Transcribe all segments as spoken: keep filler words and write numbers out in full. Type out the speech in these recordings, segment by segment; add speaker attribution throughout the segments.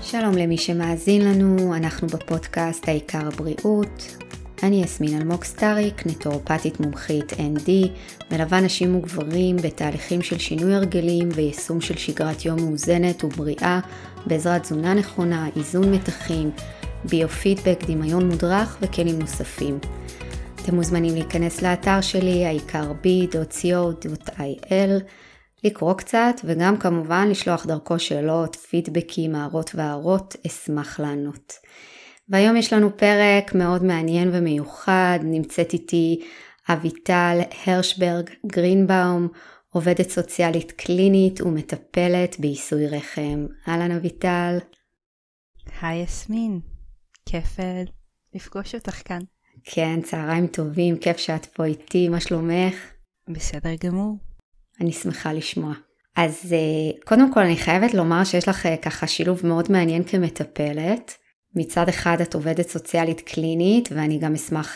Speaker 1: שלום למי שמאזין לנו, אנחנו בפודקאסט העיקר בריאות. אני יסמין אלמוג סטריק, נטורופטית מומחית אן די, מלווה נשים וגברים בתהליכים של שינוי הרגלים ויישום של שגרת יום מאוזנת ובריאה, בעזרת תזונה נכונה, איזון מתחים, ביו-פידבק, דמיון מודרך וכלים נוספים. אתם מוזמנים להיכנס לאתר שלי, העיקר בי דוט סי או דוט איי אל, לקרוא קצת וגם כמובן לשלוח דרכו שאלות, פידבקים, הערות והערות, אשמח לענות. והיום יש לנו פרק מאוד מעניין ומיוחד, נמצאת איתי אביטל הרשברג גרינבאום, עובדת סוציאלית קלינית ומטפלת בעיסוי רחם. אהלן אביטל.
Speaker 2: היי יסמין, כיף לפגוש אותך כאן.
Speaker 1: כן, צהריים טובים, כיף שאת פה איתי, מה שלומך?
Speaker 2: בסדר גמור.
Speaker 1: אני שמחה לשמוע. אז קודם כל אני חייבת לומר שיש לך ככה שילוב מאוד מעניין כמטפלת. מצד אחד את עובדת סוציאלית קלינית, ואני גם אשמח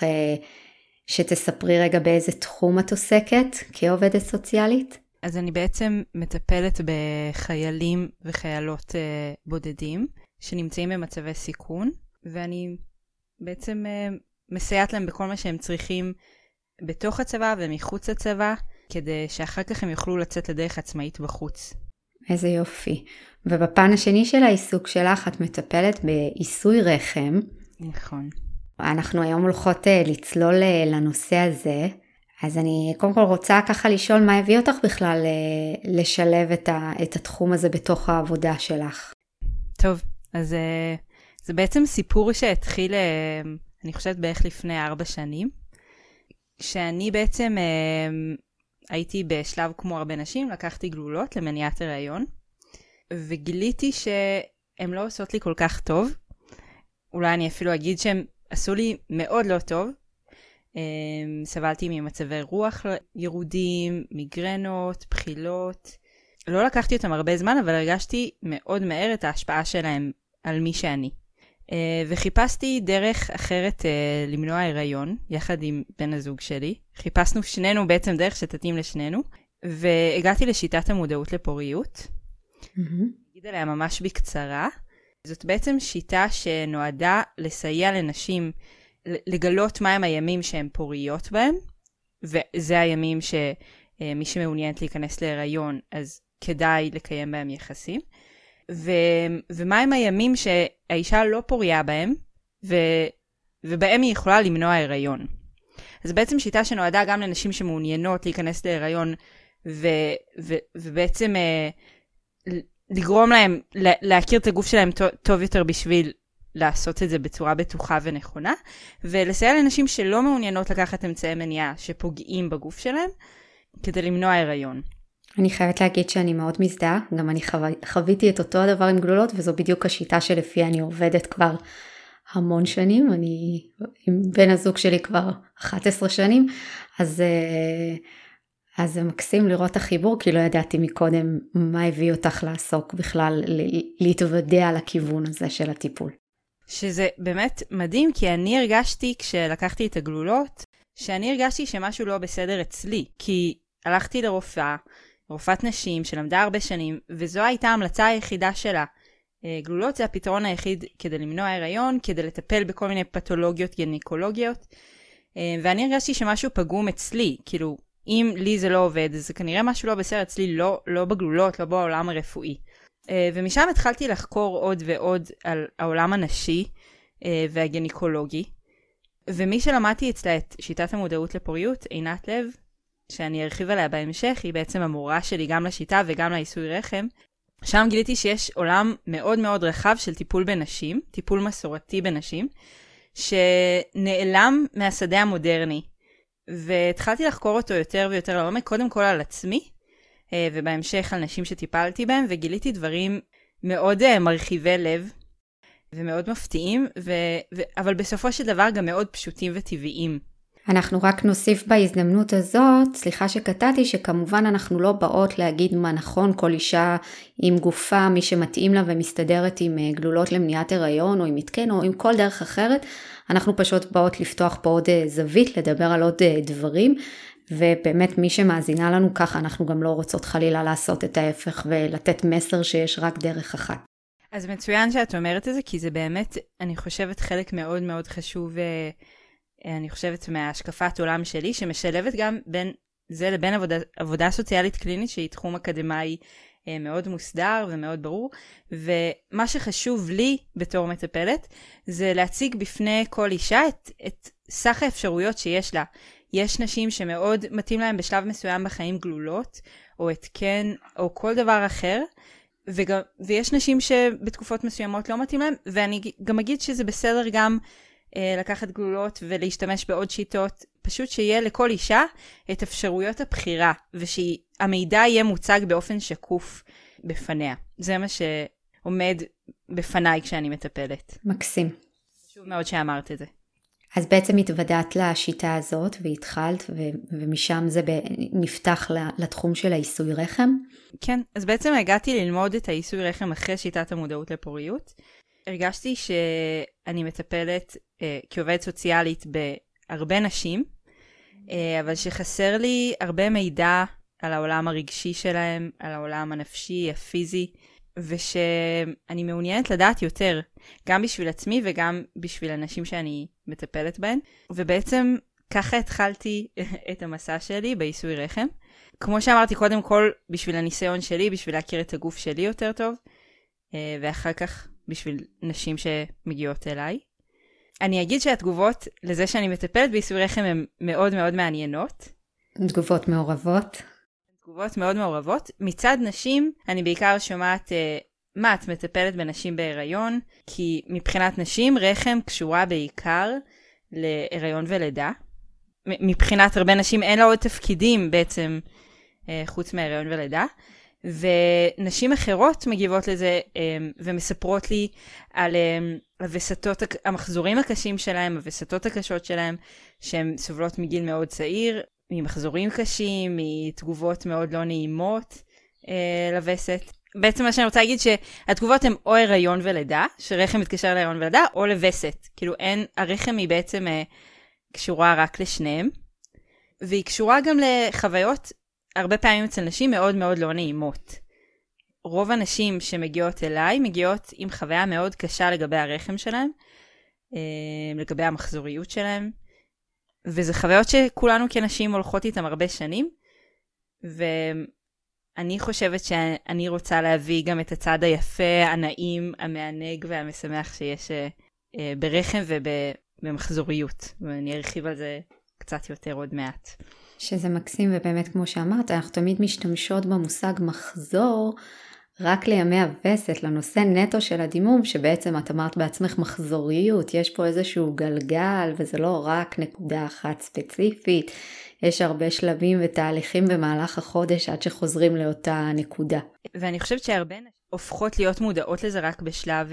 Speaker 1: שתספרי רגע באיזה תחום את עוסקת כעובדת סוציאלית.
Speaker 2: אז אני בעצם מטפלת בחיילים וחיילות בודדים, שנמצאים במצבי סיכון, ואני בעצם מסייעת להם בכל מה שהם צריכים בתוך הצבא ומחוץ לצבא, כדי שאחר כך הם יוכלו לצאת לדרך עצמאית בחוץ.
Speaker 1: איזה יופי. ובפן השני של העיסוק שלך את מטפלת בעיסוי רחם.
Speaker 2: נכון.
Speaker 1: אנחנו היום הולכות לצלול לנושא הזה, אז אני קודם כל רוצה ככה לשאול מה הביא אותך בכלל לשלב את, ה, את התחום הזה בתוך העבודה שלך.
Speaker 2: טוב, אז זה בעצם סיפור שהתחיל, אני חושבת בערך לפני ארבע שנים, שאני בעצם הייתי בשלב כמו הרבה נשים, לקחתי גלולות למניעת הריון, וגיליתי שהן לא עושות לי כל כך טוב. אולי אני אפילו אגיד שהן עשו לי מאוד לא טוב. סבלתי ממצבי רוח ירודים, מיגרנות, בחילות. לא לקחתי אותם הרבה זמן, אבל הרגשתי מאוד מהר את ההשפעה שלהם על מי שאני. וחיפשתי דרך אחרת למנוע הריון, יחד עם בן הזוג שלי. חיפשנו שנינו בעצם דרך שתתאים לשנינו, והגעתי לשיטת המודעות לפוריות. אגיד עליה ממש בקצרה. זאת בעצם שיטה שנועדה לסייע לנשים לגלות מהם הימים שהן פוריות בהם, וזה הימים שמי שמעוניינת להיכנס להיריון, אז כדאי לקיים בהם יחסים. ו... ומה הם הימים שהאישה לא פוריה בהם, ו... ובהם היא יכולה למנוע הריון. אז בעצם שיטה שנועדה גם לנשים שמעוניינות להיכנס להיריון, ו... ו... ובעצם אה, לגרום להם להכיר את הגוף שלהם טוב יותר בשביל לעשות את זה בצורה בטוחה ונכונה, ולסייע לנשים שלא מעוניינות לקחת אמצעי מניעה שפוגעים בגוף שלהם, כדי למנוע הריון.
Speaker 1: אני חייבת להגיד שאני מאוד מזדהה, גם אני חו... חוויתי את אותו הדבר עם גלולות, וזו בדיוק השיטה שלפי אני עובדת כבר המון שנים, אני עם בן הזוג שלי כבר אחת עשרה שנים, אז, אז זה מקסים לראות החיבור, כי לא ידעתי מקודם מה הביא אותך לעסוק בכלל, להתוודע על הכיוון הזה של הטיפול.
Speaker 2: שזה באמת מדהים, כי אני הרגשתי כשלקחתי את הגלולות, שאני הרגשתי שמשהו לא בסדר אצלי, כי הלכתי לרופאה, רופאת נשים שלמדה הרבה שנים, וזו הייתה ההמלצה היחידה שלה. גלולות זה הפתרון היחיד כדי למנוע הריון, כדי לטפל בכל מיני פתולוגיות גינקולוגיות, ואני הרגשתי שמשהו פגום אצלי, כאילו, אם לי זה לא עובד, אז זה כנראה משהו לא בסדר אצלי, לא, לא בגלולות, לא בעולם הרפואי. ומשם התחלתי לחקור עוד ועוד על העולם הנשי והגינקולוגי, ומי שלמדתי אצלה את שיטת המודעות לפוריות, עינת לב, שאני ארחיב עליה בהמשך, היא בעצם המורה שלי גם לשיטה וגם לעיסוי רחם. שם גיליתי שיש עולם מאוד מאוד רחב של טיפול בנשים, טיפול מסורתי בנשים, שנעלם מהשדה המודרני. והתחלתי לחקור אותו יותר ויותר לעומק, קודם כל על עצמי, ובהמשך על נשים שטיפלתי בהם, וגיליתי דברים מאוד מרחיבי לב, ומאוד מפתיעים, ו... ו... אבל בסופו של דבר גם מאוד פשוטים וטבעיים.
Speaker 1: אנחנו רק נוסיף בהזדמנות הזאת, סליחה שקטעתי, שכמובן אנחנו לא באות להגיד מה נכון, כל אישה עם גופה, מי שמתאים לה ומסתדרת עם גלולות למניעת הריון, או עם מתקן, או עם כל דרך אחרת, אנחנו פשוט באות לפתוח פה עוד זווית, לדבר על עוד דברים, ובאמת מי שמאזינה לנו ככה, אנחנו גם לא רוצות חלילה לעשות את ההפך, ולתת מסר שיש רק דרך אחת.
Speaker 2: אז מצוין שאת אומרת את זה, כי זה באמת, אני חושבת, חלק מאוד מאוד חשוב, אני חושבת, מהשקפת עולם שלי, שמשלבת גם בין זה לבין עבודה, עבודה סוציאלית קלינית, שהיא תחום אקדמאי מאוד מוסדר ומאוד ברור, ומה שחשוב לי בתור מטפלת, זה להציג בפני כל אישה את, את סך האפשרויות שיש לה. יש נשים שמאוד מתאים להם בשלב מסוים בחיים גלולות, או התקן, או כל דבר אחר, וגם, ויש נשים שבתקופות מסוימות לא מתאים להם, ואני גם אגיד שזה בסדר גם אה, לקחת גלולות ולהשתמש בעוד שיטות, פשוט שיהיה לכל אישה את אפשרויות הבחירה, ושהמידע יהיה מוצג באופן שקוף בפניה. זה מה שעומד בפניי כשאני מטפלת.
Speaker 1: מקסים.
Speaker 2: חשוב מאוד שאמרת את זה.
Speaker 1: אז בעצם התוודעת לשיטה הזאת והתחלת, ו- ומשם זה ב- נפתח לתחום של העיסוי רחם?
Speaker 2: כן, אז בעצם הגעתי ללמוד את העיסוי רחם אחרי שיטת המודעות לפוריות. הרגשתי שאני מטפלת אה, כעובדת סוציאלית בהרבה נשים, אה, אבל שחסר לי הרבה מידע על העולם הרגשי שלהם, על העולם הנפשי, הפיזי, ושאני מעוניינת לדעת יותר, גם בשביל עצמי וגם בשביל אנשים שאני מטפלת בהן. ובעצם ככה התחלתי את המסע שלי בעיסוי רחם. כמו שאמרתי, קודם כל בשביל הניסיון שלי, בשביל להכיר את הגוף שלי יותר טוב, ואחר כך בשביל נשים שמגיעות אליי. אני אגיד שהתגובות לזה שאני מטפלת בעיסוי רחם הן מאוד מאוד מעניינות.
Speaker 1: תגובות מעורבות.
Speaker 2: תגובות מאוד מעורבות. מצד נשים, אני בעיקר שומעת, מה, את מטפלת בנשים בהיריון? כי מבחינת נשים, רחם קשורה בעיקר להיריון ולידה. מבחינת הרבה נשים אין לה עוד תפקידים בעצם, חוץ מהיריון ולידה. ונשים אחרות מגיבות לזה ומספרות לי על הווסתות, המחזורים הקשים שלהם, הווסתות הקשות שלהם, שהן סובלות מגיל מאוד צעיר, ממחזורים קשים, מתגובות מאוד לא נעימות אה, לווסת. בעצם מה שאני רוצה להגיד שהתגובות הן או הריון ולידה, שרחם מתקשר להיריון ולידה, או לווסת. כאילו אין, הרחם היא בעצם אה, קשורה רק לשניהם, והיא קשורה גם לחוויות, הרבה פעמים אצל נשים מאוד מאוד לא נעימות. רוב הנשים שמגיעות אליי, מגיעות עם חוויה מאוד קשה לגבי הרחם שלהם, אה, לגבי המחזוריות שלהם, וזה חוויות שכולנו כנשים הולכות איתם הרבה שנים, ואני חושבת שאני רוצה להביא גם את הצד היפה, הנעים, המענג והמשמח שיש ברחם ובמחזוריות, ואני ארחיב על זה קצת יותר עוד מעט.
Speaker 1: שזה מקסים, ובאמת כמו שאמרת, אנחנו תמיד משתמשות במושג מחזור, רק לימי הווסת, לנושא נטו של הדימום, שבעצם את אמרת בעצמך מחזוריות, יש פה איזשהו גלגל, וזה לא רק נקודה אחת ספציפית, יש הרבה שלבים ותהליכים במהלך החודש, עד שחוזרים לאותה נקודה.
Speaker 2: ואני חושבת שהרבה הופכות להיות מודעות לזה רק בשלב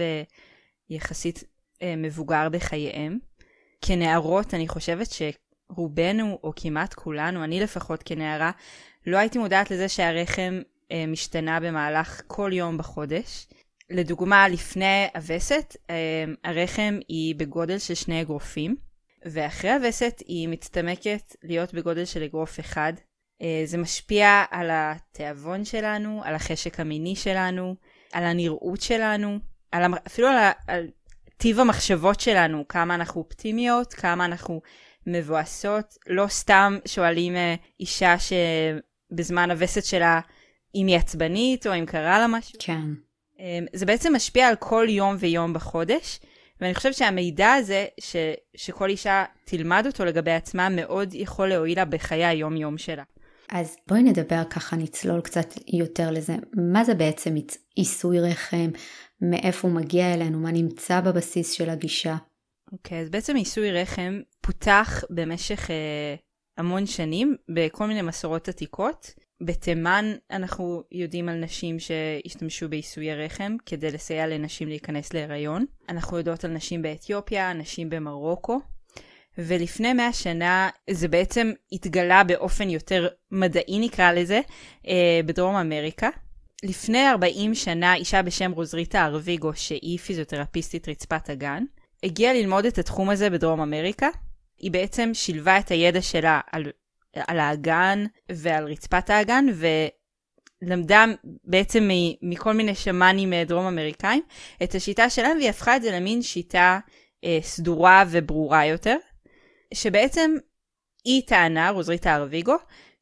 Speaker 2: יחסית מבוגר בחייהם. כנערות, אני חושבת שרובנו, או כמעט כולנו, אני לפחות כנערה, לא הייתי מודעת לזה שהרחם משתנה במהלך כל יום בחודש. לדוגמה, לפני הווסת, הרחם היא בגודל של שני אגרופים, ואחרי הווסת היא מצטמקת להיות בגודל של אגרוף אחד. זה משפיע על התיאבון שלנו, על החשק המיני שלנו, על הנראות שלנו, על, אפילו על, על טיב המחשבות שלנו, כמה אנחנו אופטימיות, כמה אנחנו מבואסות. לא סתם שואלים אישה שבזמן הווסת שלה אם היא עצבנית או אם קרה לה משהו.
Speaker 1: כן.
Speaker 2: זה בעצם משפיע על כל יום ויום בחודש, ואני חושבת שהמידע הזה, ש, שכל אישה תלמד אותו לגבי עצמה, מאוד יכול להועיל לה בחיי היום-יום שלה.
Speaker 1: אז בואי נדבר ככה, נצלול קצת יותר לזה. מה זה בעצם עיסוי רחם? מאיפה הוא מגיע אלינו? מה נמצא בבסיס של הגישה?
Speaker 2: אוקיי, אז בעצם עיסוי רחם פותח במשך אה, המון שנים, בכל מיני מסורות עתיקות. בתימן אנחנו יודעים על נשים שהשתמשו בעיסוי רחם כדי לסייע לנשים להיכנס להיריון. אנחנו יודעות על נשים באתיופיה, נשים במרוקו. ולפני מאה שנה זה בעצם התגלה באופן יותר מדעי נקרא לזה, אה, בדרום אמריקה. לפני ארבעים שנה אישה בשם רוזריטה ארוויגו, שהיא פיזיותרפיסטית רצפת הגן, הגיעה ללמוד את התחום הזה בדרום אמריקה. היא בעצם שילבה את הידע שלה על על האגן ועל רצפת האגן, למדה בעצם מכל מיני שמנים דרום אמריקאים את השיטה שלהם, והיא הפכה את זה למין שיטה אה, סדורה וברורה יותר, שבעצם היא טענה, רוזריטה ארוויגו,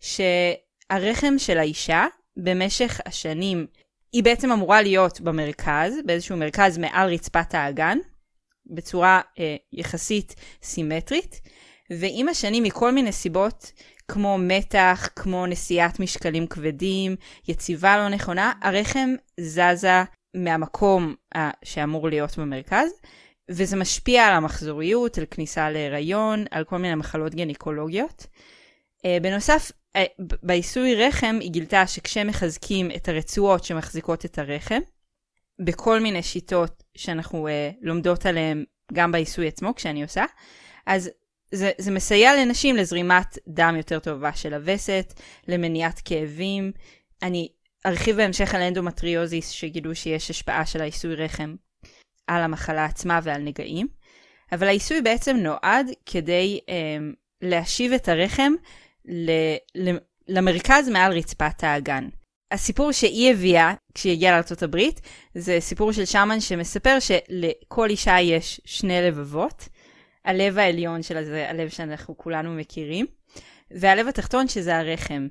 Speaker 2: שהרחם של האישה במשך השנים, היא בעצם אמורה להיות במרכז, באיזשהו מרכז מעל רצפת האגן, בצורה אה, יחסית סימטרית, ועם השנים מכל מיני סיבות, כמו מתח, כמו נשיאת משקלים כבדים, יציבה לא נכונה, הרחם זזה מהמקום אה, שאמור להיות במרכז, וזה משפיע על המחזוריות, על כניסה להיריון, על כל מיני מחלות גינקולוגיות. אה, בנוסף, אה, בעיסוי רחם היא גילתה שכשמחזקים את הרצועות שמחזיקות את הרחם, בכל מיני שיטות שאנחנו אה, לומדות עליהן גם בעיסוי עצמו כשאני עושה, אז זה, זה מסייע לנשים לזרימת דם יותר טובה של הווסת, למניעת כאבים. אני ארחיב בהמשך על אנדומטריוזיס שגידו שיש השפעה של העיסוי רחם על המחלה עצמה ועל נגעים, אבל העיסוי בעצם נועד כדי אה, להשיב את הרחם ל, ל, למרכז מעל רצפת האגן. הסיפור שהיא הביאה כשהיא הגיעה לארצות הברית, זה סיפור של שמן שמספר שלכל אישה יש שני לבבות, הלב העליון שלה זה הלב שאנחנו כולנו מכירים, והלב התחתון שזה הרחם.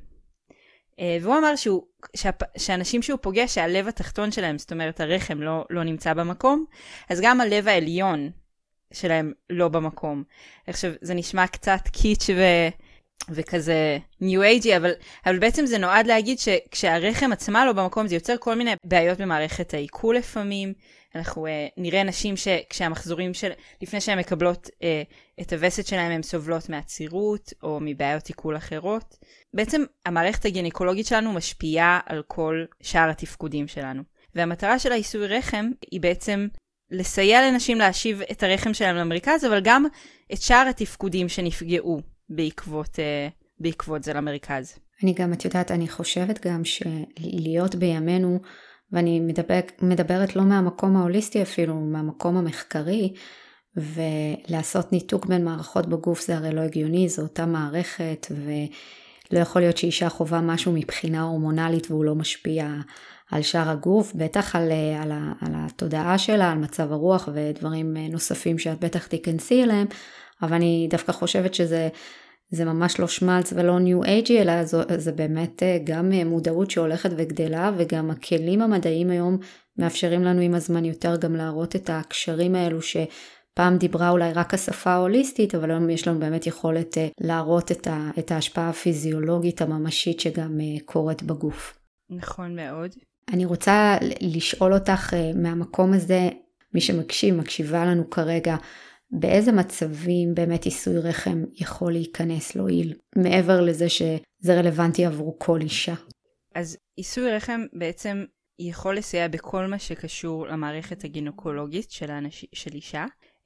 Speaker 2: והוא אמר שהוא, שאנשים שהוא פוגש שהלב התחתון שלהם, זאת אומרת הרחם לא, לא נמצא במקום, אז גם הלב העליון שלהם לא במקום. עכשיו זה נשמע קצת קיץ' ו... וכזה ניו אייג'י, אבל, אבל בעצם זה נועד להגיד שכשהרחם עצמה לא במקום, זה יוצר כל מיני בעיות במערכת העיכול לפעמים. אנחנו uh, נראה נשים שכשהמחזורים של, לפני שהן מקבלות uh, את הווסת שלהם, הן סובלות מעצירות או מבעיות עיכול אחרות. בעצם המערכת הגינקולוגית שלנו משפיעה על כל שאר התפקודים שלנו. והמטרה של העיסוי רחם היא בעצם לסייע לנשים להשיב את הרחם שלהם למרכז, אבל גם את שאר התפקודים שנפגעו בעקבות, uh, בעקבות זה למרכז.
Speaker 1: אני גם, את יודעת, אני חושבת גם שלהיות בימינו, ואני מדבר, מדברת לא מהמקום ההוליסטי אפילו, מהמקום המחקרי, ולעשות ניתוק בין מערכות בגוף זה הרי לא הגיוני, זו אותה מערכת, ולא יכול להיות שאישה חובה משהו מבחינה הורמונלית, והוא לא משפיע על שאר הגוף, בטח על, על, על התודעה שלה, על מצב הרוח ודברים נוספים שאת בטח תיכנסי אליהם, אבל אני דווקא חושבת שזה זה ממש לא שמלץ ולא ניו אייג'י, אלא זו, זה באמת גם מודעות שהולכת וגדלה, וגם הכלים המדעיים היום מאפשרים לנו עם הזמן יותר גם להראות את הקשרים האלו שפעם דיברה אולי רק השפה ההוליסטית, אבל היום יש לנו באמת יכולת להראות את, ה, את ההשפעה הפיזיולוגית הממשית שגם קורית בגוף.
Speaker 2: נכון מאוד.
Speaker 1: אני רוצה לשאול אותך מהמקום הזה, מי שמקשיב, מקשיבה לנו כרגע, באיזה מצבים באמת עיסוי רחם יכול להיכנס להועיל, מעבר לזה שזה רלוונטי עבור כל אישה?
Speaker 2: אז עיסוי רחם בעצם יכול לסייע בכל מה שקשור למערכת הגינקולוגית של, האנש... של אישה.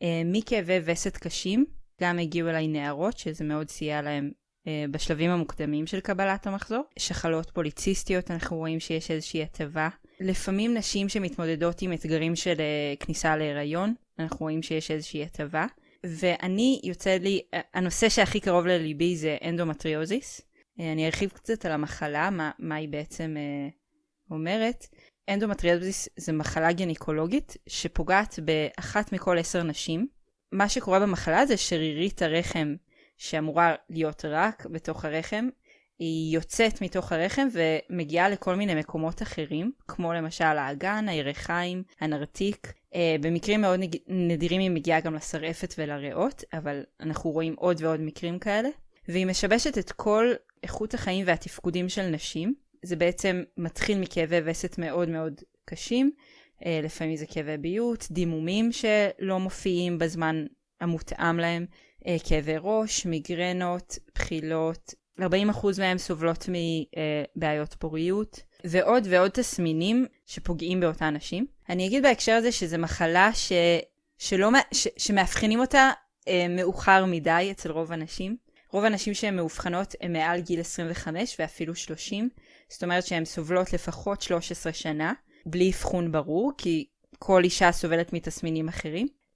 Speaker 2: מכאבי וסת קשים, גם הגיעו אליי נערות, שזה מאוד סייע להם בשלבים המוקדמים של קבלת המחזור. שחלות פוליציסטיות, אנחנו רואים שיש איזושהי הטבה. לפעמים נשים שמתמודדות עם אתגרים של כניסה להיריון, אנחנו רואים שיש איזושהי הטבה. ואני יוצא לי, הנושא שהכי קרוב לליבי זה אנדומטריוזיס. אני ארחיב קצת על המחלה, מה, מה היא בעצם אה, אומרת. אנדומטריוזיס זה מחלה גינקולוגית שפוגעת באחת מכל עשר נשים. מה שקורה במחלה זה שרירית הרחם שאמורה להיות רק בתוך הרחם, היא יוצאת מתוך הרחם ומגיעה לכל מיני מקומות אחרים, כמו למשל האגן, הירכיים, הנרתיק. במקרים מאוד נדירים היא מגיעה גם לשרעפת ולריאות, אבל אנחנו רואים עוד ועוד מקרים כאלה. והיא משבשת את כל איכות החיים והתפקודים של נשים. זה בעצם מתחיל מכאבי וסת מאוד מאוד קשים, לפעמים זה כאבי ביות, דימומים שלא מופיעים בזמן המותאם להם, כאבי ראש, מיגרנות, בחילות, ארבעים אחוז מהם סובלות מבעיות פוריות, ועוד ועוד תסמינים שפוגעים באותן נשים. אני אגיד בהקשר הזה שזה מחלה ש... שלא... ש... שמאבחנים אותה מאוחר מדי אצל רוב הנשים. רוב הנשים שהן מאובחנות הן מעל גיל עשרים וחמש ואפילו שלושים, זאת אומרת שהן סובלות לפחות שלוש עשרה שנה, בלי אבחון ברור, כי כל אישה סובלת מתסמינים אחרים.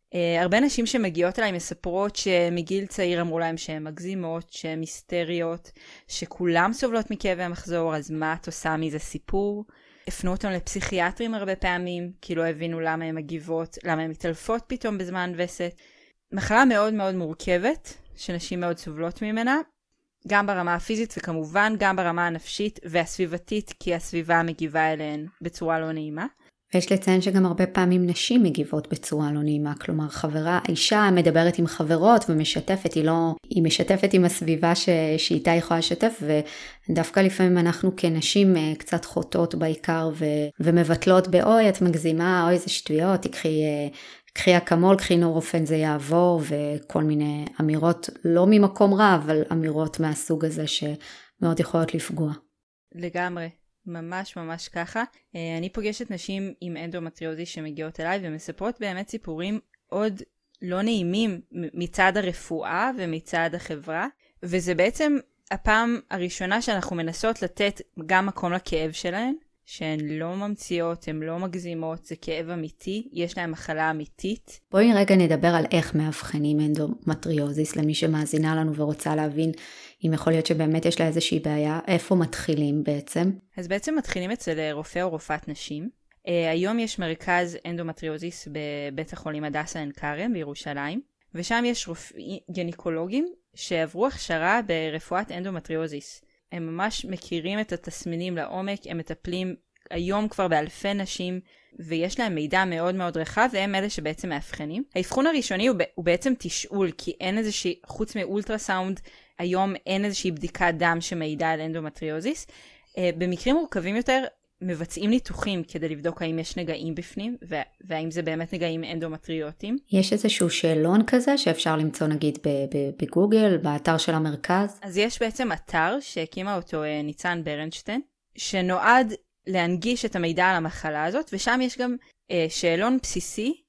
Speaker 2: Uh, הרבה נשים שמגיעות אליי מספרות שמגיל צעיר אמרו להם שהן מגזימות, שהן היסטריות, שכולם סובלות מכאבי המחזור, אז מה את עושה מזה סיפור? הפנו אותם לפסיכיאטרים הרבה פעמים, כי לא הבינו למה הן מגיבות, למה הן מתעלפות פתאום בזמן וסת. מחלה מאוד מאוד מורכבת, שנשים מאוד סובלות ממנה, גם ברמה הפיזית וכמובן גם ברמה הנפשית והסביבתית, כי הסביבה מגיבה אליהן בצורה לא נעימה.
Speaker 1: ויש לציין שגם הרבה פעמים נשים מגיבות בצורה לא נעימה, כלומר חברה, האישה מדברת עם חברות ומשתפת, היא לא, היא משתפת עם הסביבה ש, שאיתה היא יכולה לשתף, ודווקא לפעמים אנחנו כנשים קצת חוטאות בעיקר ו, ומבטלות באוי את מגזימה, אוי זה שטויות, תקחי, קחי אקמול, קחי נורופן זה יעבור, וכל מיני אמירות לא ממקום רע, אבל אמירות מהסוג הזה שמאוד יכולות לפגוע.
Speaker 2: לגמרי. ממש ממש ככה. אני פוגשת נשים עם אנדומטריוזיס שמגיעות אליי ומספרות באמת סיפורים עוד לא נעימים מצד הרפואה ומצד החברה, וזה בעצם הפעם הראשונה שאנחנו מנסות לתת גם מקום לכאב שלהן, שהן לא ממציאות, הן לא מגזימות, זה כאב אמיתי, יש להן מחלה אמיתית.
Speaker 1: בואי רגע נדבר על איך מאבחנים אנדומטריוזיס למי שמאזינה לנו ורוצה להבין אם יכול להיות שבאמת יש לה איזושהי בעיה, איפה מתחילים בעצם?
Speaker 2: אז בעצם מתחילים אצל רופא או רופאת נשים. Uh, היום יש מרכז אנדומטריוזיס בבית החולים הדסה עין כרם בירושלים, ושם יש רופ... גניקולוגים שעברו הכשרה ברפואת אנדומטריוזיס. הם ממש מכירים את התסמינים לעומק, הם מטפלים היום כבר באלפי נשים, ויש להם מידע מאוד מאוד רחב, והם אלה שבעצם מאבחנים. האבחון הראשוני הוא, ב... הוא בעצם תשאול, כי אין איזושהי, חוץ מאולטרסאונד, היום אין איזושהי בדיקת דם שמעידה על אנדומטריוזיס. במקרים מורכבים יותר, מבצעים ניתוחים כדי לבדוק האם יש נגעים בפנים, והאם זה באמת נגעים אנדומטריוטיים.
Speaker 1: יש איזשהו שאלון כזה שאפשר למצוא נגיד בגוגל, באתר של המרכז?
Speaker 2: אז יש בעצם אתר שהקימה אותו ניצן ברנשטיין, שנועד להנגיש את המידע על המחלה הזאת, ושם יש גם שאלון בסיסי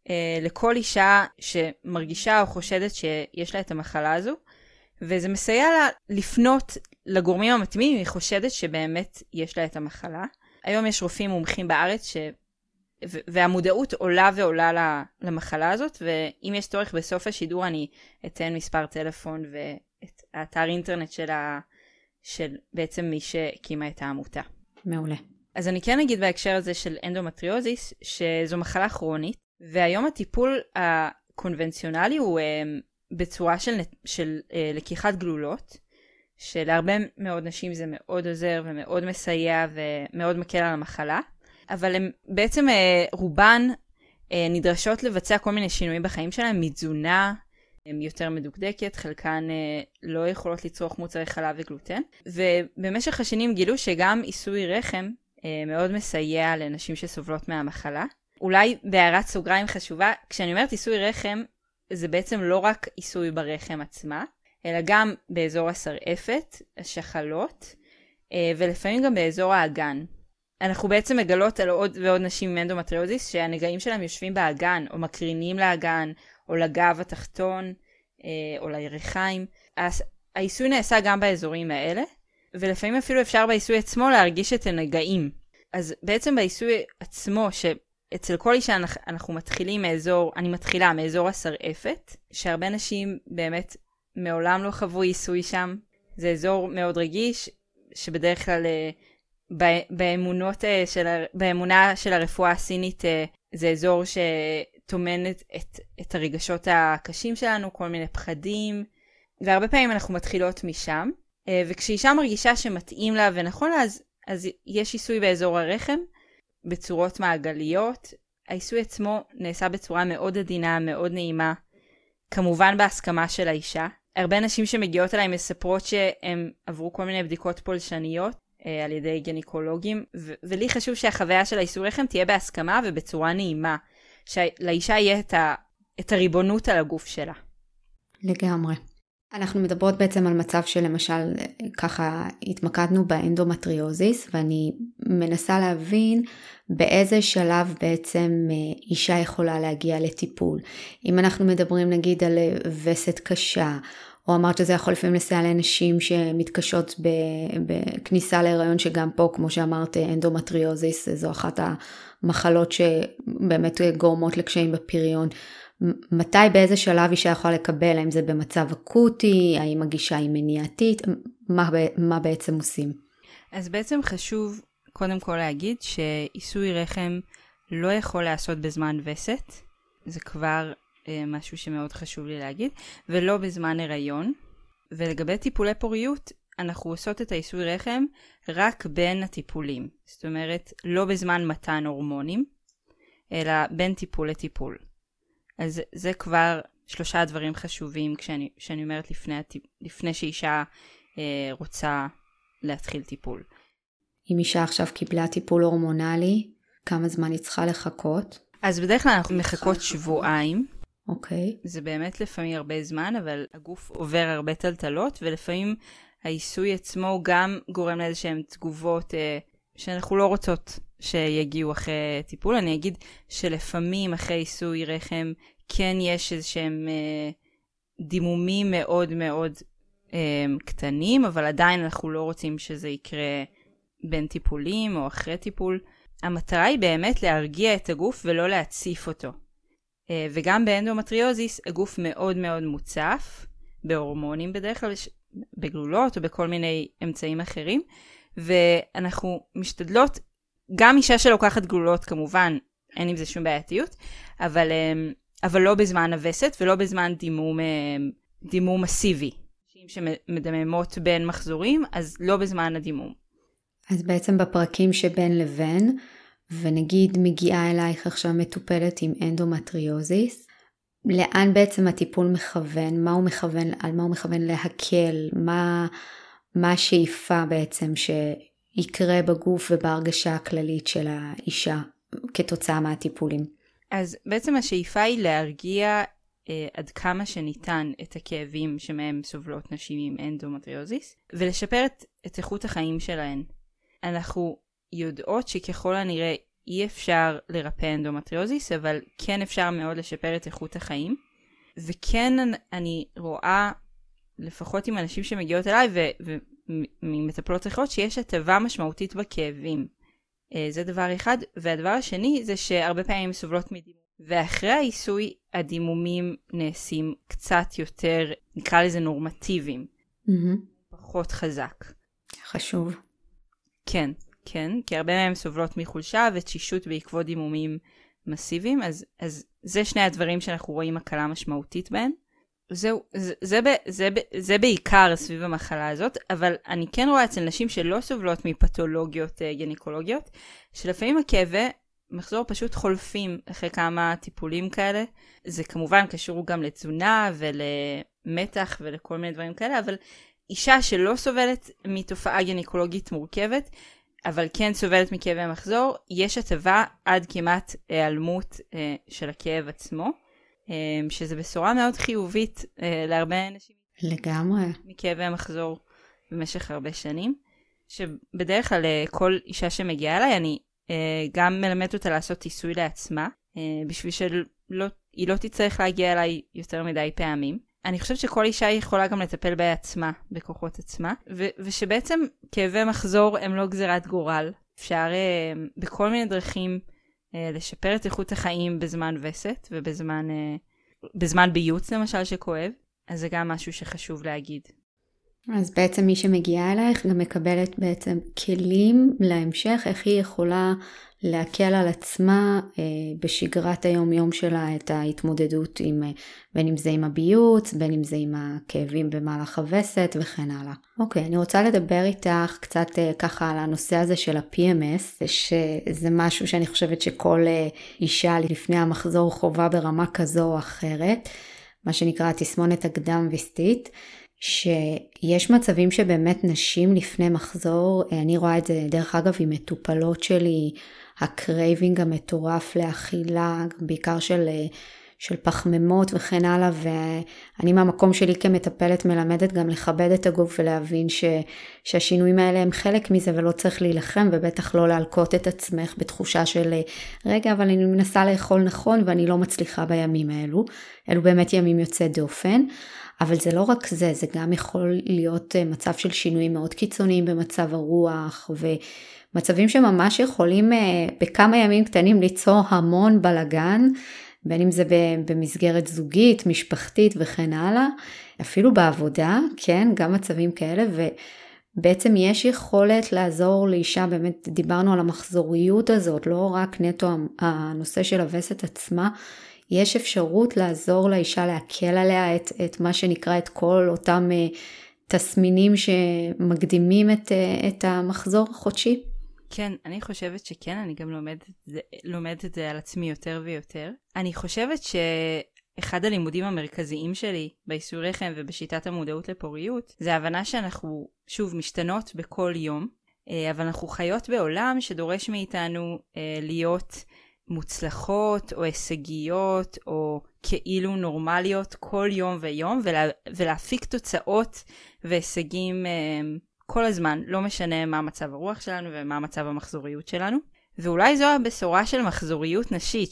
Speaker 2: לכל אישה שמרגישה או חושדת שיש לה את המחלה הזו, וזה מסייע לה לפנות לגורמים המתאימים אם היא חושדת שבאמת יש לה את המחלה. היום יש רופאים מומחים בארץ ש... והמודעות עולה ועולה למחלה הזאת, ואם יש צורך בסוף השידור אני אתן מספר טלפון ואת האתר אינטרנט של, ה... של בעצם מי שהקימה את העמותה.
Speaker 1: מעולה.
Speaker 2: אז אני כן אגיד בהקשר הזה של אנדומטריוזיס שזו מחלה כרונית, והיום הטיפול הקונבנציונלי הוא בצורה של, של אה, לקיחת גלולות, שלהרבה מאוד נשים זה מאוד עוזר ומאוד מסייע ומאוד מקל על המחלה, אבל הם בעצם אה, רובן אה, נדרשות לבצע כל מיני שינויים בחיים שלהם, מתזונה הם יותר מדוקדקת, חלקן אה, לא יכולות לצרוך מוצרי חלב וגלוטן, ובמשך השנים גילו שגם עיסוי רחם אה, מאוד מסייע לנשים שסובלות מהמחלה. אולי בהערת סוגריים חשובה, כשאני אומרת עיסוי רחם, זה בעצם לא רק עיסוי ברחם עצמה, אלא גם באזור השרעפת, השחלות, ולפעמים גם באזור האגן. אנחנו בעצם מגלות על עוד ועוד נשים עם אנדומטריוזיס שהנגעים שלהם יושבים באגן, או מקרינים לאגן, או לגב התחתון, או לירכיים. העיסוי נעשה גם באזורים האלה, ולפעמים אפילו אפשר בעיסוי עצמו להרגיש את הנגעים. אז בעצם בעיסוי עצמו, שאצל כל אישה אנחנו מתחילים מאזור, אני מתחילה מאזור השרעפת, שהרבה נשים באמת מעולם לא חוו עיסוי שם. זה אזור מאוד רגיש, שבדרך כלל באמונות של, באמונה של הרפואה הסינית, זה אזור שתומן את, את, את הרגשות הקשים שלנו, כל מיני פחדים, והרבה פעמים אנחנו מתחילות משם, וכשאישה מרגישה שמתאים לה ונכון לה, אז, אז יש עיסוי באזור הרחם, בצורות מעגליות. העיסוי עצמו נעשה בצורה מאוד עדינה, מאוד נעימה, כמובן בהסכמה של האישה. הרבה נשים שמגיעות אליי מספרות שהם עברו כל מיני בדיקות פולשניות אה, על ידי גניקולוגים, ו- ולי חשוב שהחוויה של העיסוי רחם תהיה בהסכמה ובצורה נעימה, שלאישה יהיה את, ה- את הריבונות על הגוף שלה.
Speaker 1: לגמרי. אנחנו מדברות בעצם על מצב שלמשל ככה התמקדנו באנדומטריוזיס, ואני מנסה להבין באיזה שלב בעצם אישה יכולה להגיע לטיפול. אם אנחנו מדברים נגיד על וסת קשה, או אמרת שזה יכול לפעמים לסייע לאנשים שמתקשות בכניסה להיריון, שגם פה כמו שאמרת אנדומטריוזיס זו אחת המחלות שבאמת גורמות לקשיים בפריון. מתי, באיזה שלב אישה יכולה לקבל, האם זה במצב אקוטי, האם הגישה היא מניעתית, מה, מה בעצם עושים?
Speaker 2: אז בעצם חשוב קודם כל להגיד שעיסוי רחם לא יכול לעשות בזמן וסת, זה כבר אה, משהו שמאוד חשוב לי להגיד, ולא בזמן הריון. ולגבי טיפולי פוריות, אנחנו עושות את העיסוי רחם רק בין הטיפולים. זאת אומרת, לא בזמן מתן הורמונים, אלא בין טיפול לטיפול. אז זה כבר שלושה דברים חשובים כשאני, כשאני אומרת לפני, לפני שאישה אה, רוצה להתחיל טיפול.
Speaker 1: אם אישה עכשיו קיבלה טיפול הורמונלי, כמה זמן היא צריכה לחכות?
Speaker 2: אז בדרך כלל אנחנו מחכות שבועיים.
Speaker 1: אוקיי.
Speaker 2: זה באמת לפעמים הרבה זמן, אבל הגוף עובר הרבה טלטלות, ולפעמים העיסוי עצמו גם גורם לאיזשהם תגובות אה, שאנחנו לא רוצות שיגיעו אחרי טיפול. אני אגיד שלפעמים אחרי עיסוי רחם כן יש איזשהם אה, דימומים מאוד מאוד אה, קטנים, אבל עדיין אנחנו לא רוצים שזה יקרה בין טיפולים או אחרי טיפול. המטרה היא באמת להרגיע את הגוף ולא להציף אותו. וגם באנדומטריוזיס הגוף מאוד מאוד מוצף, בהורמונים בדרך כלל, בגלולות או בכל מיני אמצעים אחרים, ואנחנו משתדלות, גם אישה שלוקחת גלולות כמובן, אין עם זה שום בעייתיות, אבל, אבל לא בזמן הווסת ולא בזמן דימום, דימום מסיבי. שמדממות בין מחזורים, אז לא בזמן הדימום.
Speaker 1: אז בעצם בפרקים שבין לבין, ונגיד מגיעה אלייך עכשיו מטופלת עם אנדומטריוזיס, לאן בעצם הטיפול מכוון? מה הוא מכוון? על מה הוא מכוון להקל? מה, מה השאיפה בעצם שיקרה בגוף ובהרגשה הכללית של האישה כתוצאה מהטיפולים?
Speaker 2: אז בעצם השאיפה היא להרגיע אה, עד כמה שניתן את הכאבים שמהם סובלות נשים עם אנדומטריוזיס, ולשפר את, את איכות החיים שלהן. אנחנו יודעות שככל הנראה אי אפשר לרפא אנדומטריוזיס, אבל כן אפשר מאוד לשפר את איכות החיים. וכן אני רואה, לפחות עם אנשים שמגיעות אליי וממטפלות אחרות, שיש הטבה משמעותית בכאבים. זה דבר אחד. והדבר השני זה שהרבה פעמים סובלות מדימום. ואחרי העיסוי הדימומים נעשים קצת יותר, נקרא לזה נורמטיביים.
Speaker 1: Mm-hmm.
Speaker 2: פחות חזק.
Speaker 1: חשוב.
Speaker 2: כן. כן, כי הרבה מהם סובלות מחולשה ותשישות בעקבות דימומים מסיביים, אז, אז זה שני הדברים שאנחנו רואים הקלה משמעותית בהם. זהו, זה, זה, זה, זה, זה בעיקר סביב המחלה הזאת, אבל אני כן רואה אצל נשים שלא סובלות מפתולוגיות גינקולוגיות, שלפעמים הכאבי מחזור פשוט חולפים אחרי כמה טיפולים כאלה. זה כמובן קשור גם לתזונה ולמתח ולכל מיני דברים כאלה, אבל אישה שלא סובלת מתופעה גינקולוגית מורכבת, אבל כן סובלת מכאבי מחזור, יש הטבה עד כמעט היעלמות אה, של הכאב עצמו, אה, שזה בשורה מאוד חיובית אה, להרבה אנשים.
Speaker 1: לגמרי.
Speaker 2: מכאבי המחזור במשך הרבה שנים, שבדרך כלל כל אישה שמגיעה אליי, אני אה, גם מלמדת אותה לעשות עיסוי לעצמה, אה, בשביל שהיא לא תצטרך להגיע אליי יותר מדי פעמים. אני חושבת שכל אישה יכולה גם לטפל בעצמה, בכוחות עצמה, ו- ושבעצם כאבי מחזור הם לא גזירת גורל. אפשר uh, בכל מיני דרכים uh, לשפר את איכות החיים בזמן וסת, ובזמן uh, בזמן בייעוץ למשל שכואב, אז זה גם משהו שחשוב להגיד.
Speaker 1: אז בעצם מי שמגיעה אלייך גם מקבלת בעצם כלים להמשך, איך היא יכולה להקל על עצמה אה, בשגרת היום יום שלה את ההתמודדות עם, בין אם זה עם הביוץ, בין אם זה עם הכאבים במהלך הווסת וכן הלאה. אוקיי, אני רוצה לדבר איתך קצת אה, ככה על הנושא הזה של ה-פי אם אס, שזה משהו שאני חושבת שכל אה, אישה לפני המחזור חובה ברמה כזו או אחרת, מה שנקרא התסמונת הקדם וסתית, שיש מצבים שבאמת נשים לפני מחזור, אני רואה את זה דרך אגב עם מטופלות שלי, הקרייבינג המטורף לאכילה, בעיקר של, של פחמימות וכן הלאה, ואני מהמקום שלי כמטפלת מלמדת גם לכבד את הגוף ולהבין ש, שהשינויים האלה הם חלק מזה ולא צריך להילחם, ובטח לא להלקות את עצמך בתחושה של רגע, אבל אני מנסה לאכול נכון ואני לא מצליחה בימים האלו, אלו באמת ימים יוצא דופן. אבל זה לא רק זה, זה גם יכול להיות מצב של שינויים מאוד קיצוניים במצב הרוח, ומצבים שממש יכולים בכמה ימים קטנים ליצור המון בלגן, בין אם זה במסגרת זוגית, משפחתית וכן הלאה, אפילו בעבודה, כן, גם מצבים כאלה, ובעצם יש יכולת לעזור לאישה, באמת דיברנו על המחזוריות הזאת, לא רק נטו הנושא של הווסת עצמה, יש אפשרות לעזור לאישה להקל עליה את, את מה שנקרא את כל אותם uh, תסמינים שמקדימים את, uh, את המחזור החודשי.
Speaker 2: כן, אני חושבת שכן, אני גם לומדת, לומדת את זה על עצמי יותר ויותר. אני חושבת שאחד הלימודים המרכזיים שלי באיסור רחם ובשיטת המודעות לפוריות, זה ההבנה שאנחנו שוב משתנות בכל יום, אבל אנחנו חיות בעולם שדורש מאיתנו להיות מוצלחות או הישגיות או כאילו נורמליות כל יום ויום, ולה, ולהפיק תוצאות והישגים כל הזמן, לא משנה מה מצב הרוח שלנו ומה מצב המחזוריות שלנו. ואולי זו הבשורה של מחזוריות נשית,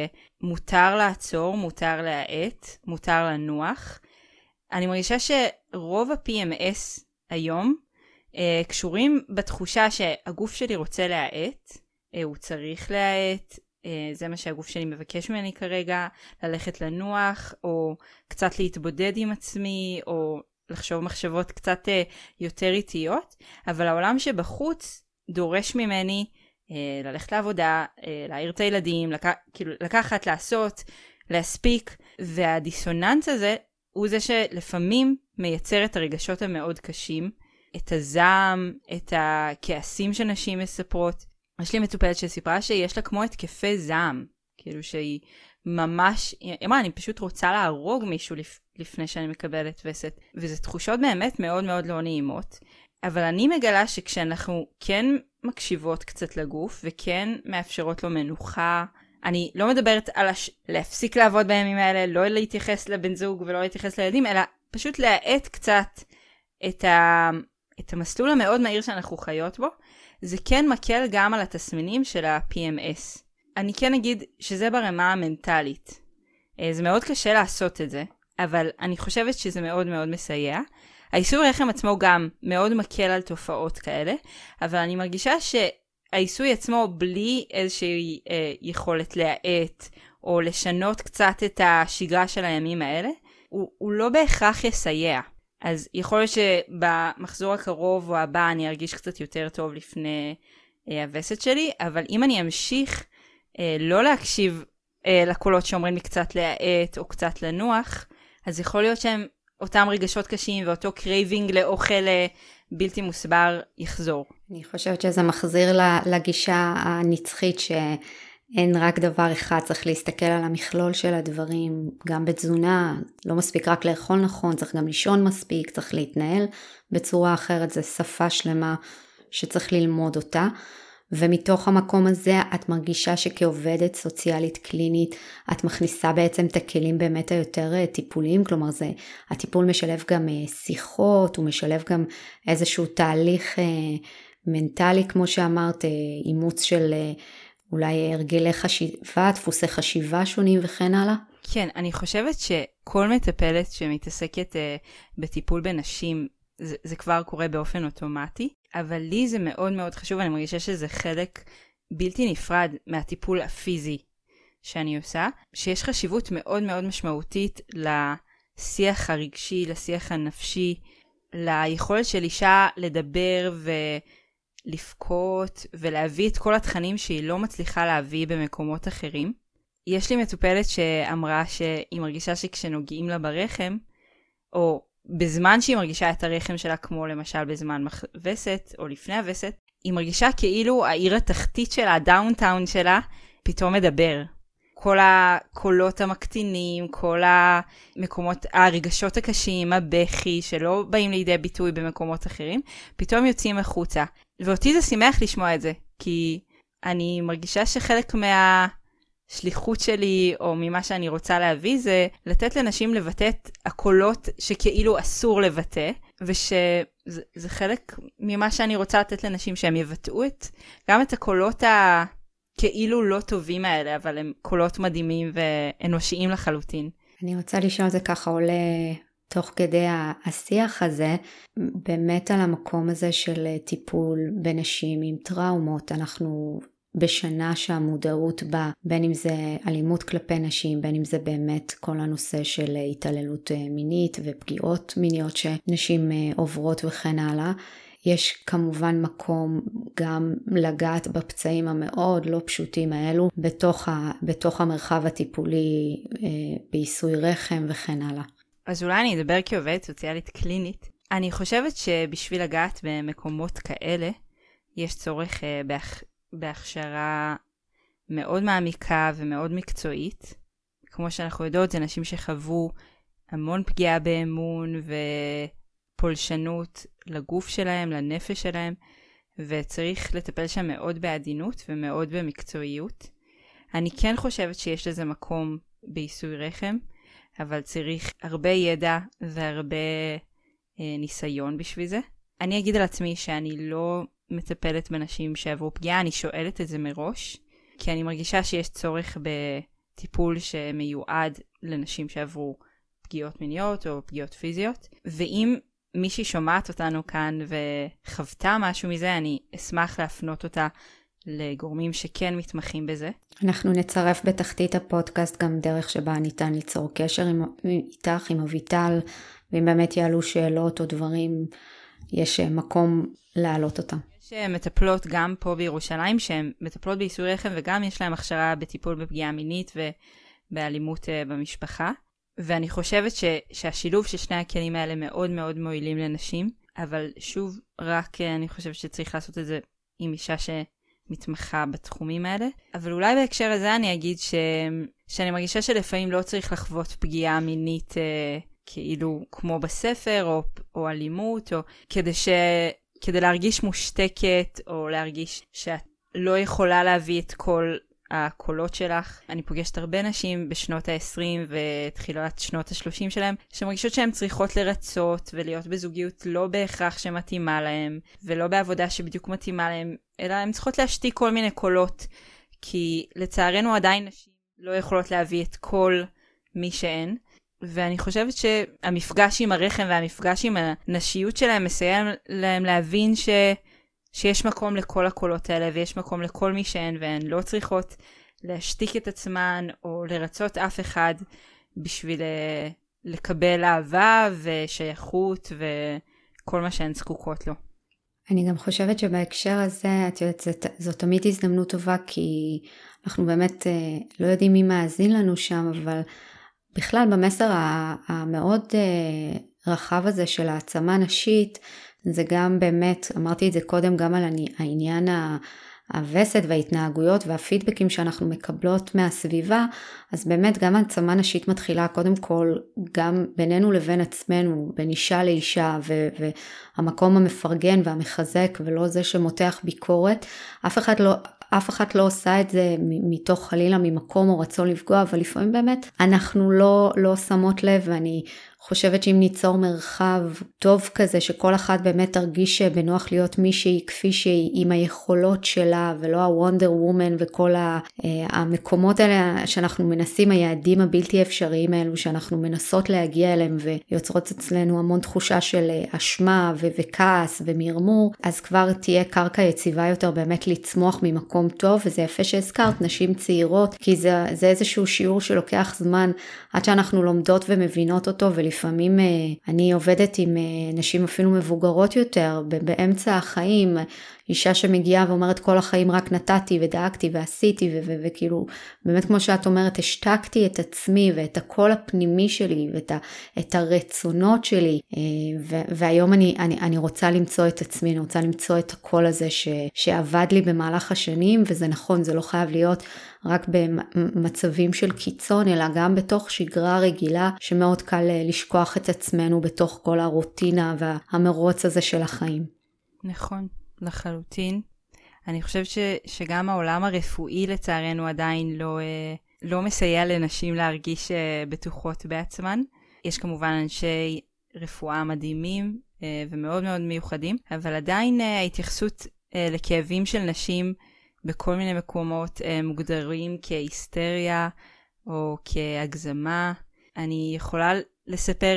Speaker 2: שמותר לעצור, מותר להאט, מותר לנוח. אני מרגישה שרוב ה-פי אם אס היום אה, קשורים בתחושה שהגוף שלי רוצה להאט, אה, הוא צריך להאט, אה, זה מה שהגוף שלי מבקש ממני כרגע, ללכת לנוח, או קצת להתבודד עם עצמי, או לחשוב מחשבות קצת uh, יותר איטיות, אבל העולם שבחוץ דורש ממני uh, ללכת לעבודה, uh, להעיר את הילדים, לק... כאילו, לקחת, לעשות, להספיק, והדיסוננס הזה הוא זה שלפעמים מייצר את הרגשות המאוד קשים, את הזעם, את הכעסים שנשים מספרות. יש לי מטופלת שסיפרה שיש לה כמו התקפי זעם, כאילו שהיא ממש, היא אמרה, אני פשוט רוצה להרוג מישהו לפ... לפני שאני מקבלת וסת, וזה תחושות באמת מאוד מאוד לא נעימות, אבל אני מגלה שכשאנחנו כן מקשיבות קצת לגוף, וכן מאפשרות לו מנוחה, אני לא מדברת על הש... להפסיק לעבוד בימים האלה, לא להתייחס לבן זוג ולא להתייחס לילדים, אלא פשוט להאט קצת את, ה... את המסלול המאוד מהיר שאנחנו חיות בו, זה כן מקל גם על התסמינים של ה-פי אם אס. אני כן אגיד שזה ברמה המנטלית. זה מאוד קשה לעשות את זה, אבל אני חושבת שזה מאוד מאוד מסייע. האיסור רחם עצמו גם מאוד מקל על תופעות כאלה, אבל אני מרגישה שהאיסוי עצמו בלי איזושהי אה, יכולת להאט, או לשנות קצת את השגרה של הימים האלה, הוא, הוא לא בהכרח יסייע. אז יכול להיות שבמחזור הקרוב או הבא אני ארגיש קצת יותר טוב לפני אה, הווסת שלי, אבל אם אני אמשיך אה, לא להקשיב אה, לקולות שאומרים לי קצת להאט או קצת לנוח, אז יכול להיות שהם אותם רגשות קשים ואותו קרייבינג לאוכל בלתי מוסבר יחזור.
Speaker 1: אני חושבת שזה מחזיר לגישה הנצחית שאין רק דבר אחד, צריך להסתכל על המכלול של הדברים, גם בתזונה, לא מספיק רק לאכול נכון, צריך גם לישון מספיק, צריך להתנהל בצורה אחרת, זה שפה שלמה שצריך ללמוד אותה. ומתוך המקום הזה את מרגישה שכעובדת סוציאלית קלינית, את מכניסה בעצם את הכלים באמת היותר טיפוליים, כלומר זה, הטיפול משלב גם שיחות, הוא משלב גם איזשהו תהליך מנטלי, כמו שאמרת, אימוץ של אולי הרגלי חשיבה, דפוסי חשיבה שונים וכן הלאה.
Speaker 2: כן, אני חושבת שכל מטפלת שמתעסקת בטיפול בנשים, זה, זה כבר קורה באופן אוטומטי, אבל לי זה מאוד מאוד חשוב, אני מרגישה שזה חלק בלתי נפרד מהטיפול הפיזי שאני עושה, שיש חשיבות מאוד מאוד משמעותית לשיח הרגשי, לשיח הנפשי, ליכולת של אישה לדבר ולפקות ולהביא את כל התכנים שהיא לא מצליחה להביא במקומות אחרים. יש לי מטופלת שאמרה שהיא מרגישה שכשנוגעים לה ברחם, או בזמן שהיא מרגישה את הרחם שלה, כמו למשל בזמן וסת או לפני הווסת, היא מרגישה כאילו העיר התחתית שלה, הדאונטאון שלה, פתאום מדבר. כל הקולות המקטינים, כל המקומות, הרגשות הקשים, הבכי, שלא באים לידי ביטוי במקומות אחרים, פתאום יוצאים החוצה. ואותי זה שימח לשמוע את זה, כי אני מרגישה שחלק מה... שליחות שלי או ממה שאני רוצה להביא זה לתת לנשים לבטא את הקולות שכאילו אסור לבטא, ושזה זה חלק ממה שאני רוצה לתת לנשים שהם יבטאו את, גם את הקולות הכאילו לא טובים האלה, אבל הם קולות מדהימים ואנושיים לחלוטין.
Speaker 1: אני רוצה לשאול, זה ככה עולה תוך כדי השיח הזה, באמת על המקום הזה של טיפול בנשים עם טראומות. אנחנו בשנה שהמודעות בה, בין אם זה אלימות כלפי נשים, בין אם זה באמת כל הנושא של התעללות מינית ופגיעות מיניות שנשים עוברות וכן הלאה. יש כמובן מקום גם לגעת בפצעים המאוד לא פשוטים האלו בתוך, ה, בתוך המרחב הטיפולי אה, בעיסוי רחם וכן הלאה.
Speaker 2: אז אולי אני אדבר כעובדת סוציאלית קלינית. אני חושבת שבשביל לגעת במקומות כאלה, יש צורך אה, בהכ... בהכשרה מאוד מעמיקה ומאוד מקצועית. כמו שאנחנו יודעות, זה נשים שחוו המון פגיעה באמון ופולשנות לגוף שלהם, לנפש שלהם, וצריך לטפל שם מאוד בעדינות ומאוד במקצועיות. אני כן חושבת שיש לזה מקום בעיסוי רחם, אבל צריך הרבה ידע והרבה אה, ניסיון בשביל זה. אני אגיד על עצמי שאני לא מטפלת בנשים שעברו פגיעה, אני שואלת את זה מראש, כי אני מרגישה שיש צורך בטיפול שמיועד לנשים שעברו פגיעות מיניות או פגיעות פיזיות, ואם מישהי שומעת אותנו כאן וחוותה משהו מזה, אני אשמח להפנות אותה לגורמים שכן מתמחים בזה.
Speaker 1: אנחנו נצרף בתחתית הפודקאסט גם דרך שבה ניתן ליצור קשר עם, איתך, עם אביטל, ואם באמת יעלו שאלות או דברים, יש מקום להעלות אותם.
Speaker 2: יש מטפלות גם פה בירושלים שהן מטפלות בעיסוי רחם וגם יש להן הכשרה בטיפול בפגיעה מינית ובאלימות במשפחה. ואני חושבת ש, שהשילוב של שני הכלים האלה מאוד מאוד מועילים לנשים, אבל שוב, רק אני חושבת שצריך לעשות את זה עם אישה שמתמחה בתחומים האלה. אבל אולי בהקשר הזה אני אגיד ש, שאני מרגישה שלפעמים לא צריך לחוות פגיעה מינית אה, כאילו כמו בספר או, או אלימות, או כדי, ש, כדי להרגיש מושתקת או להרגיש שאת לא יכולה להביא את כל הקולות שלך. אני פוגשת הרבה נשים בשנות ה-עשרים ותחילת שנות ה-שלושים שלהם, שמרגישות שהן צריכות לרצות ולהיות בזוגיות לא בהכרח שמתאימה להם, ולא בעבודה שבדיוק מתאימה להם, אלא הן צריכות להשתיק כל מיני קולות, כי לצערנו עדיין נשים לא יכולות להביא את כל מי שהן. ואני חושבת שהמפגש עם הרחם והמפגש עם הנשיות שלהם מסייע להם להבין ש... שיש מקום לכל הקולות האלה, ויש מקום לכל מי שהן, והן לא צריכות להשתיק את עצמן, או לרצות אף אחד, בשביל לקבל אהבה ושייכות, וכל מה שהן זקוקות לו.
Speaker 1: אני גם חושבת שבהקשר הזה, את יודעת, זאת, זאת תמיד הזדמנות טובה, כי אנחנו באמת לא יודעים מי מאזין לנו שם, אבל בכלל במסר המאוד רחב הזה של העצמה נשית, זה גם באמת, אמרתי את זה קודם, גם על העניין הווסת וההתנהגויות והפידבקים שאנחנו מקבלות מהסביבה, אז באמת גם העצמה נשית מתחילה קודם כל גם בינינו לבין עצמנו, בין אישה לאישה, והמקום המפרגן והמחזק ולא זה שמותח ביקורת. אף אחד לא... אף אחד לא עושה את זה מתוך חלילה ממקום או רצון לפגוע, אבל לפעמים באמת אנחנו לא, לא שמות לב, ואני חושבת שאם ניצור מרחב טוב כזה, שכל אחת באמת תרגיש בנוח להיות מישהי כפי שהיא עם היכולות שלה, ולא הוונדר וומן וכל המקומות האלה שאנחנו מנסים, היעדים הבלתי אפשריים האלו שאנחנו מנסות להגיע אליהם, ויוצרות אצלנו המון תחושה של אשמה ו- וכעס ומרמור, אז כבר תהיה קרקע יציבה יותר באמת לצמוח ממקום טוב, וזה יפה שהזכרת נשים צעירות, כי זה, זה איזשהו שיעור שלוקח זמן עד שאנחנו לומדות ומבינות אותו, ולפעמים אני עובדת עם נשים אפילו מבוגרות יותר, באמצע החיים, אישה שמגיעה ואומרת כל החיים רק נתתי ודאגתי ועשיתי, ו- ו- וכאילו באמת כמו שאת אומרת, השתקתי את עצמי ואת הקול הפנימי שלי ואת ה- את הרצונות שלי, ו- והיום אני, אני, אני רוצה למצוא את עצמי, אני רוצה למצוא את הקול הזה ש- שעבד לי במהלך השנים, וזה נכון, זה לא חייב להיות רק במצבים של קיצון, אלא גם בתוך שגרה רגילה, שמאוד קל לשכוח את עצמנו בתוך כל הרוטינה והמרוץ הזה של החיים.
Speaker 2: נכון. לחלוטין. אני חושבת ש, שגם העולם הרפואי לצערנו עדיין לא, לא מסייע לנשים להרגיש בטוחות בעצמן. יש כמובן אנשי רפואה מדהימים ומאוד מאוד מיוחדים, אבל עדיין ההתייחסות לכאבים של נשים בכל מיני מקומות מוגדרים כהיסטריה או כהגזמה. אני יכולה לספר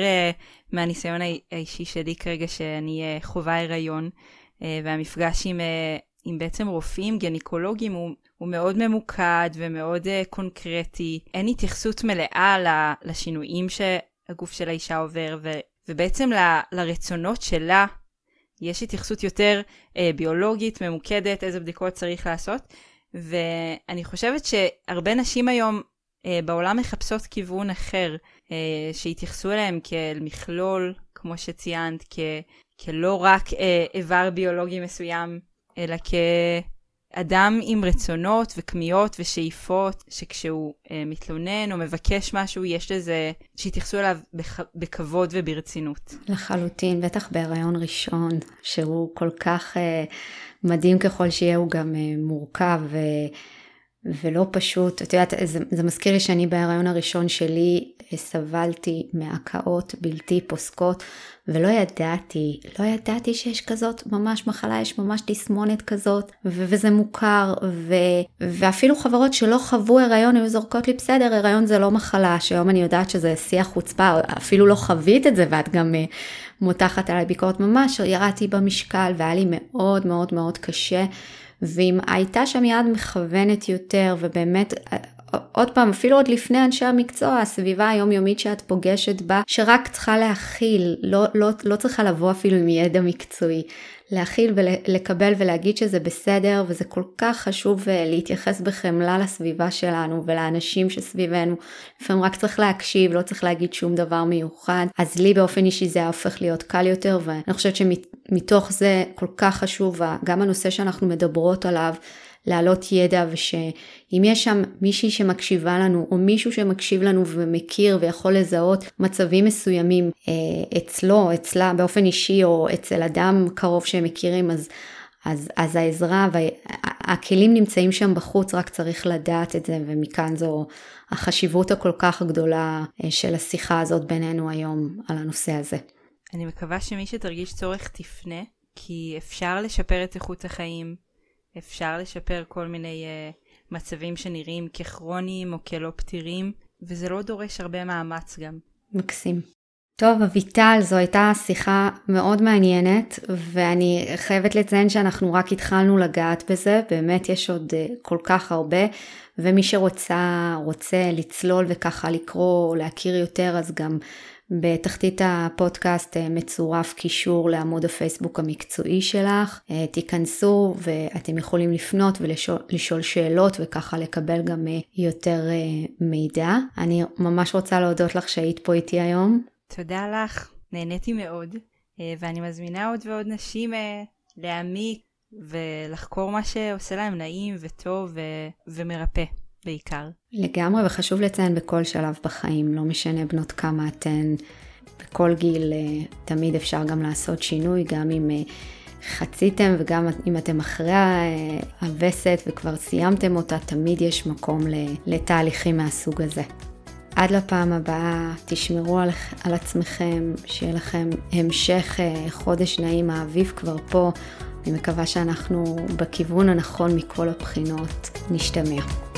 Speaker 2: מהניסיון האישי שלי כרגע שאני חווה הריון, והמפגש עם, עם בעצם רופאים, גניקולוגים, הוא, הוא מאוד ממוקד ומאוד uh, קונקרטי. אין התייחסות מלאה לשינויים שהגוף של האישה עובר, ו, ובעצם ל, לרצונות שלה יש התייחסות יותר uh, ביולוגית, ממוקדת, איזה בדיקות צריך לעשות. ואני חושבת שהרבה נשים היום uh, בעולם מחפשות כיוון אחר, uh, שהתייחסו אליהם כאל מכלול, כמו שציינת, כ, כלא רק uh, איבר ביולוגי מסוים, אלא כאדם עם רצונות וכמיות ושאיפות, שכשהוא אה, מתלונן או מבקש משהו, יש לזה, שיתייחסו אליו בכ... בכבוד וברצינות.
Speaker 1: לחלוטין, בטח בהיריון ראשון, שהוא כל כך אה, מדהים ככל שיהיה, הוא גם אה, מורכב ו... ולא פשוט. את יודעת, זה, זה מזכיר לי שאני בהיריון הראשון שלי סבלתי מהקאות בלתי פוסקות, ולא ידעתי, לא ידעתי שיש כזאת ממש מחלה, יש ממש תסמונת כזאת, ו- וזה מוכר, ו- ואפילו חברות שלא חוו הריון, היו זורקות לי בסדר, הריון זה לא מחלה, שהיום אני יודעת שזה שיח חוצפה, אפילו לא חווית את זה, ואת גם uh, מותחת עליי ביקורת ממש, ירדתי במשקל, והיה לי מאוד מאוד מאוד קשה, ואם הייתה שם יד מכוונת יותר, ובאמת, עוד פעם, אפילו עוד לפני אנשי המקצוע, הסביבה היומיומית שאת פוגשת בה, שרק צריכה להכיל, לא, לא, לא צריכה לבוא אפילו עם ידע מקצועי, להכיל ולקבל ולהגיד שזה בסדר, וזה כל כך חשוב להתייחס בחמלה לסביבה שלנו ולאנשים שסביבנו, לפעמים רק צריך להקשיב, לא צריך להגיד שום דבר מיוחד, אז לי באופן אישי זה הופך להיות קל יותר, ואני חושבת שמתוך זה כל כך חשוב, גם הנושא שאנחנו מדברות עליו, להעלות ידע, ושאם יש שם מישהי שמקשיבה לנו, או מישהו שמקשיב לנו ומכיר ויכול לזהות מצבים מסוימים אה, אצלו, אצלה באופן אישי, או אצל אדם קרוב שהם מכירים, אז, אז, אז העזרה והכלים נמצאים שם בחוץ, רק צריך לדעת את זה, ומכאן זו החשיבות הכל כך גדולה אה, של השיחה הזאת בינינו היום על הנושא הזה.
Speaker 2: אני מקווה שמי שתרגיש צורך תפנה, כי אפשר לשפר את איכות החיים, אפשר לשפר כל מיני uh, מצבים שנראים ככרוניים או כלא פתירים, וזה לא דורש הרבה מאמץ גם.
Speaker 1: מקסים. טוב, אביטל, זו הייתה שיחה מאוד מעניינת, ואני חייבת לציין שאנחנו רק התחלנו לגעת בזה, באמת יש עוד uh, כל כך הרבה, ומי שרוצה, רוצה לצלול וככה לקרוא, להכיר יותר, אז גם בתחתית הפודקאסט מצורף קישור לעמוד הפייסבוק המקצועי שלך, תיכנסו ואתם יכולים לפנות ולשאול שאלות וככה לקבל גם יותר מידע. אני ממש רוצה להודות לך שהיית פה איתי היום.
Speaker 2: תודה לך, נהניתי מאוד, ואני מזמינה עוד ועוד נשים להעמיק ולחקור מה שעושה להם נעים וטוב ו- ומרפא. בעיקר.
Speaker 1: לגמרי, וחשוב לציין בכל שלב בחיים, לא משנה בנות כמה אתן, בכל גיל תמיד אפשר גם לעשות שינוי, גם אם חציתם וגם אם אתם אחרי הווסת וכבר סיימתם אותה, תמיד יש מקום לתהליכים מהסוג הזה. עד לפעם הבאה, תשמרו על, על עצמכם, שיהיה לכם המשך חודש נעים, האביב כבר פה, אני מקווה שאנחנו בכיוון הנכון מכל הבחינות, נשתמע.